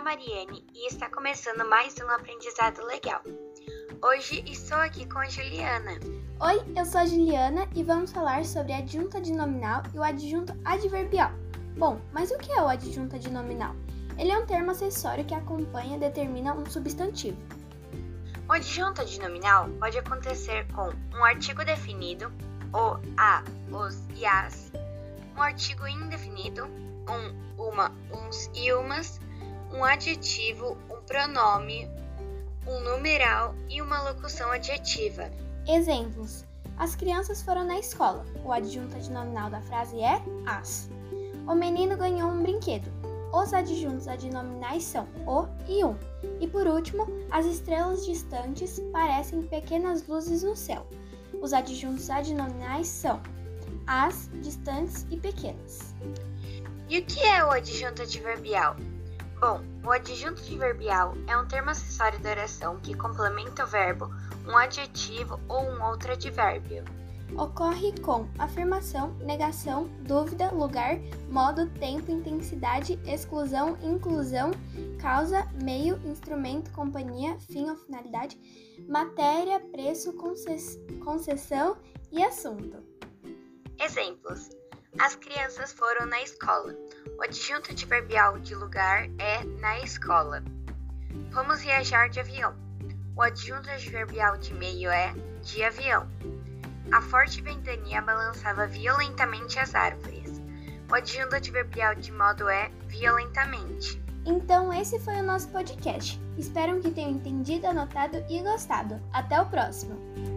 a Mariane e está começando mais um aprendizado legal. Hoje estou aqui com a Juliana. Oi, eu sou a Juliana e vamos falar sobre a adjunta adnominal e o adjunto adverbial. Bom, mas o que é o adjunto adnominal? Ele é um termo acessório que acompanha e determina um substantivo. O adjunto adnominal pode acontecer com um artigo definido, o, a, os e as, um artigo indefinido, uma, uns e umas, um adjetivo, um pronome, um numeral e uma locução adjetiva. Exemplos: as crianças foram na escola. O adjunto adnominal da frase é as. O menino ganhou um brinquedo. Os adjuntos adnominais são o e um. E por último, as estrelas distantes parecem pequenas luzes no céu. Os adjuntos adnominais são as, distantes e pequenas. E o que é o adjunto adverbial? Bom, o adjunto adverbial é um termo acessório da oração que complementa o verbo, um adjetivo ou um outro advérbio. Ocorre com afirmação, negação, dúvida, lugar, modo, tempo, intensidade, exclusão, inclusão, causa, meio, instrumento, companhia, fim ou finalidade, matéria, preço, concessão e assunto. Exemplos: as crianças foram na escola. O adjunto adverbial de lugar é na escola. Vamos viajar de avião. O adjunto adverbial de meio é de avião. A forte ventania balançava violentamente as árvores. O adjunto adverbial de modo é violentamente. Então esse foi o nosso podcast. Espero que tenham entendido, anotado e gostado. Até o próximo!